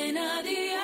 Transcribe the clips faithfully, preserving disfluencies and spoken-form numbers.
Cadena Dial.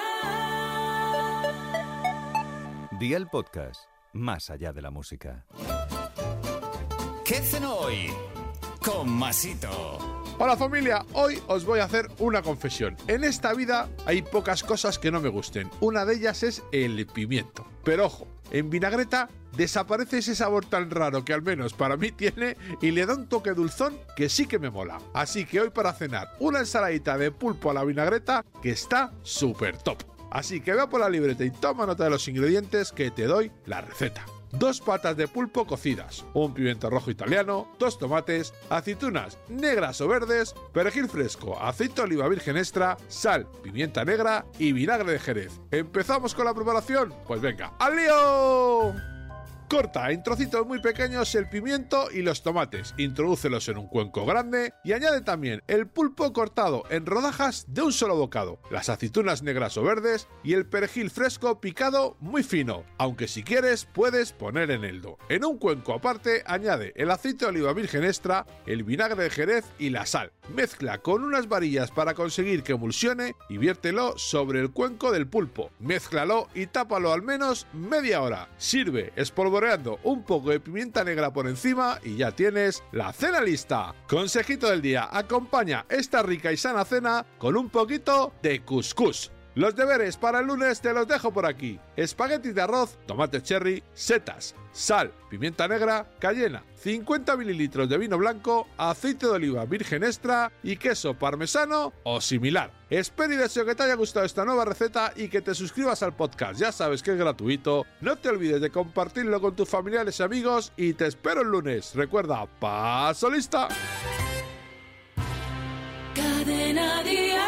Dial Podcast, más allá de la música. ¿Qué cenó hoy? Con Masito. Hola familia, hoy os voy a hacer una confesión. En esta vida hay pocas cosas que no me gusten. Una de ellas es el pimiento. Pero ojo, en vinagreta desaparece ese sabor tan raro que al menos para mí tiene y le da un toque dulzón que sí que me mola. Así que hoy para cenar una ensaladita de pulpo a la vinagreta que está súper top. Así que ve por la libreta y toma nota de los ingredientes que te doy la receta. Dos patas de pulpo cocidas, un pimiento rojo italiano, dos tomates, aceitunas negras o verdes, perejil fresco, aceite de oliva virgen extra, sal, pimienta negra y vinagre de Jerez. ¿Empezamos con la preparación? Pues venga, ¡al lío! Corta en trocitos muy pequeños el pimiento y los tomates, introdúcelos en un cuenco grande y añade también el pulpo cortado en rodajas de un solo bocado, las aceitunas negras o verdes y el perejil fresco picado muy fino, aunque si quieres puedes poner eneldo. En un cuenco aparte añade el aceite de oliva virgen extra, el vinagre de Jerez y la sal. Mezcla con unas varillas para conseguir que emulsione y viértelo sobre el cuenco del pulpo. Mézclalo y tápalo al menos media hora. Sirve espolvoreando un poco de pimienta negra por encima y ya tienes la cena lista. Consejito del día, acompaña esta rica y sana cena con un poquito de cuscús. Los deberes para el lunes te los dejo por aquí. Espaguetis de arroz, tomate cherry, setas, sal, pimienta negra, cayena, cincuenta mililitros de vino blanco, aceite de oliva virgen extra y queso parmesano o similar. Espero y deseo que te haya gustado esta nueva receta y que te suscribas al podcast. Ya sabes que es gratuito. No te olvides de compartirlo con tus familiares y amigos y te espero el lunes. Recuerda, paso lista. Cadena Dial.